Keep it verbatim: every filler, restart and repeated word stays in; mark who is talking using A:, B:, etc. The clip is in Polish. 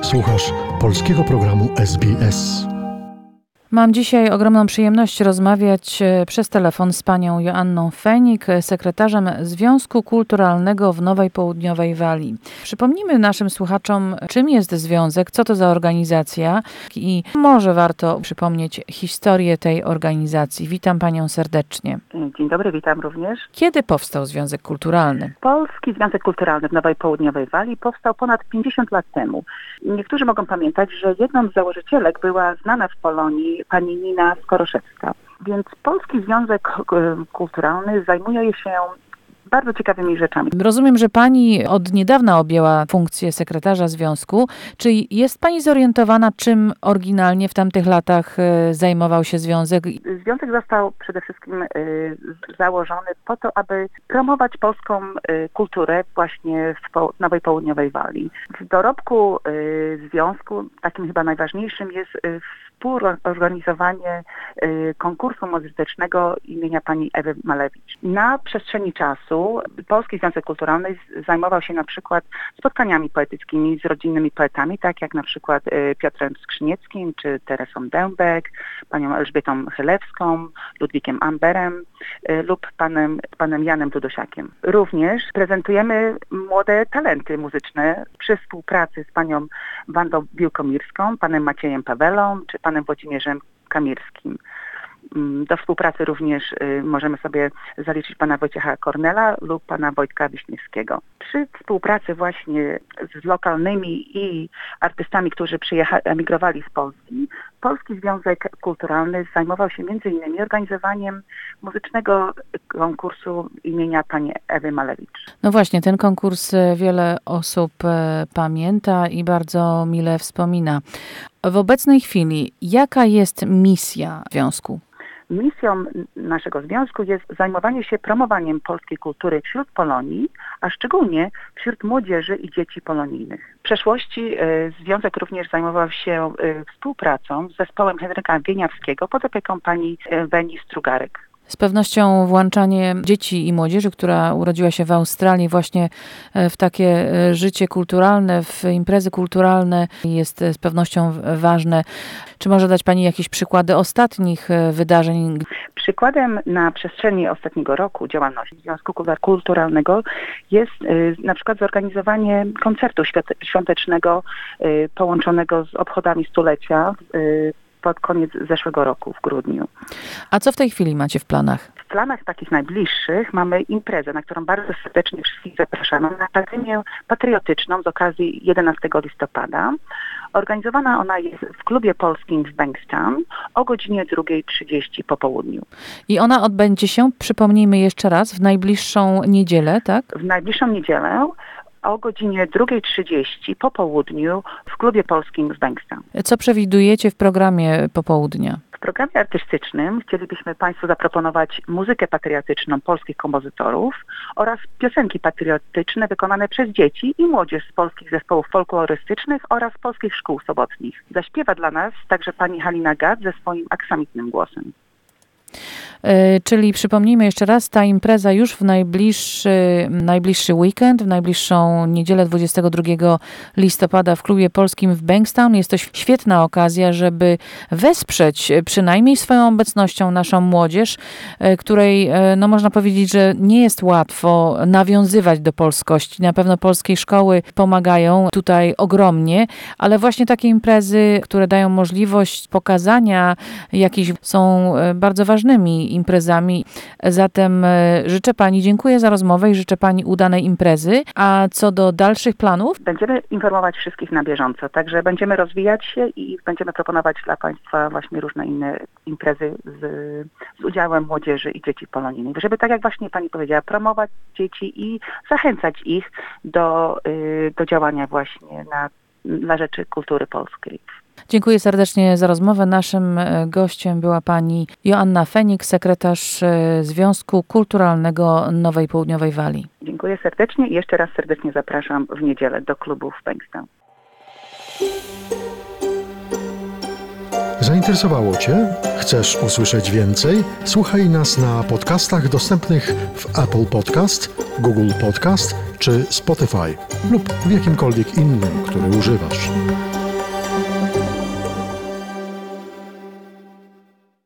A: Słuchasz polskiego programu S B S.
B: Mam dzisiaj ogromną przyjemność rozmawiać przez telefon z panią Joanną Fenik, sekretarzem Związku Kulturalnego w Nowej Południowej Walii. Przypomnijmy naszym słuchaczom, czym jest związek, co to za organizacja i może warto przypomnieć historię tej organizacji. Witam panią serdecznie.
C: Dzień dobry, witam również.
B: Kiedy powstał Związek Kulturalny?
C: Polski Związek Kulturalny w Nowej Południowej Walii powstał ponad pięćdziesiąt lat temu. Niektórzy mogą pamiętać, że jedną z założycielek była znana w Polonii pani Nina Skoroszewska. Więc Polski Związek Kulturalny zajmuje się bardzo ciekawymi rzeczami.
B: Rozumiem, że pani od niedawna objęła funkcję sekretarza związku. Czy jest pani zorientowana, czym oryginalnie w tamtych latach zajmował się związek?
C: Związek został przede wszystkim y, założony po to, aby promować polską y, kulturę właśnie w po, Nowej Południowej Walii. W dorobku y, związku, takim chyba najważniejszym, jest y, współorganizowanie y, konkursu muzycznego imienia pani Ewy Malewicz. Na przestrzeni czasu Polski Związek Kulturalny zajmował się na przykład spotkaniami poetyckimi z rodzinnymi poetami, tak jak na przykład y, Piotrem Skrzynieckim, czy Teresą Dębek, panią Elżbietą Chylewską, Ludwikiem Amberem y, lub panem, panem Janem Dudosiakiem. Również prezentujemy młode talenty muzyczne przy współpracy z panią Wandą Biłkomirską, panem Maciejem Pawelą, czy panem Włodzimierzem Kamirskim. Do współpracy również y, możemy sobie zaliczyć pana Wojciecha Kornela lub pana Wojtka Wiśniewskiego. Przy współpracy właśnie z lokalnymi i artystami, którzy przyjecha- emigrowali z Polski, Polski Związek Kulturalny zajmował się między innymi organizowaniem muzycznego konkursu imienia pani Ewy Malewicz.
B: No właśnie, ten konkurs wiele osób pamięta i bardzo mile wspomina. W obecnej chwili jaka jest misja związku?
C: Misją naszego związku jest zajmowanie się promowaniem polskiej kultury wśród Polonii, a szczególnie wśród młodzieży i dzieci polonijnych. W przeszłości y, związek również zajmował się y, współpracą z zespołem Henryka Wieniawskiego pod opieką pani y, Weni Strugarek.
B: Z pewnością włączanie dzieci i młodzieży, która urodziła się w Australii właśnie w takie życie kulturalne, w imprezy kulturalne jest z pewnością ważne. Czy może dać pani jakieś przykłady ostatnich wydarzeń?
C: Przykładem na przestrzeni ostatniego roku działalności Związku Kulturalnego jest y, na przykład zorganizowanie koncertu świątecznego y, połączonego z obchodami stulecia y, pod koniec zeszłego roku, w grudniu.
B: A co w tej chwili macie w planach?
C: W planach takich najbliższych mamy imprezę, na którą bardzo serdecznie wszystkich zapraszamy, na Akademię Patriotyczną z okazji jedenastego listopada. Organizowana ona jest w klubie polskim w Bankstown o godzinie druga trzydzieści po południu.
B: I ona odbędzie się, przypomnijmy jeszcze raz, w najbliższą niedzielę, tak?
C: W najbliższą niedzielę o godzinie druga trzydzieści po południu w klubie polskim w Bankstown.
B: Co przewidujecie w programie popołudnia?
C: W programie artystycznym chcielibyśmy państwu zaproponować muzykę patriotyczną polskich kompozytorów oraz piosenki patriotyczne wykonane przez dzieci i młodzież z polskich zespołów folklorystycznych oraz polskich szkół sobotnich. Zaśpiewa dla nas także pani Halina Gad ze swoim aksamitnym głosem.
B: Czyli przypomnijmy jeszcze raz, ta impreza już w najbliższy, najbliższy weekend, w najbliższą niedzielę dwudziestego drugiego listopada w klubie polskim w Bankstown. Jest to świetna okazja, żeby wesprzeć przynajmniej swoją obecnością naszą młodzież, której no można powiedzieć, że nie jest łatwo nawiązywać do polskości. Na pewno polskie szkoły pomagają tutaj ogromnie, ale właśnie takie imprezy, które dają możliwość pokazania jakichś, są bardzo ważnymi imprezami. Zatem życzę pani, dziękuję za rozmowę i życzę pani udanej imprezy. A co do dalszych planów?
C: Będziemy informować wszystkich na bieżąco, także będziemy rozwijać się i będziemy proponować dla państwa właśnie różne inne imprezy z, z udziałem młodzieży i dzieci polonijnych, żeby tak jak właśnie pani powiedziała, promować dzieci i zachęcać ich do, do działania właśnie na, na rzeczy kultury polskiej.
B: Dziękuję serdecznie za rozmowę. Naszym gościem była pani Joanna Fenik, sekretarz Związku Kulturalnego Nowej Południowej Walii.
C: Dziękuję serdecznie i jeszcze raz serdecznie zapraszam w niedzielę do klubu w Bankstown.
A: Zainteresowało Cię? Chcesz usłyszeć więcej? Słuchaj nas na podcastach dostępnych w Apple Podcast, Google Podcast czy Spotify lub w jakimkolwiek innym, który używasz.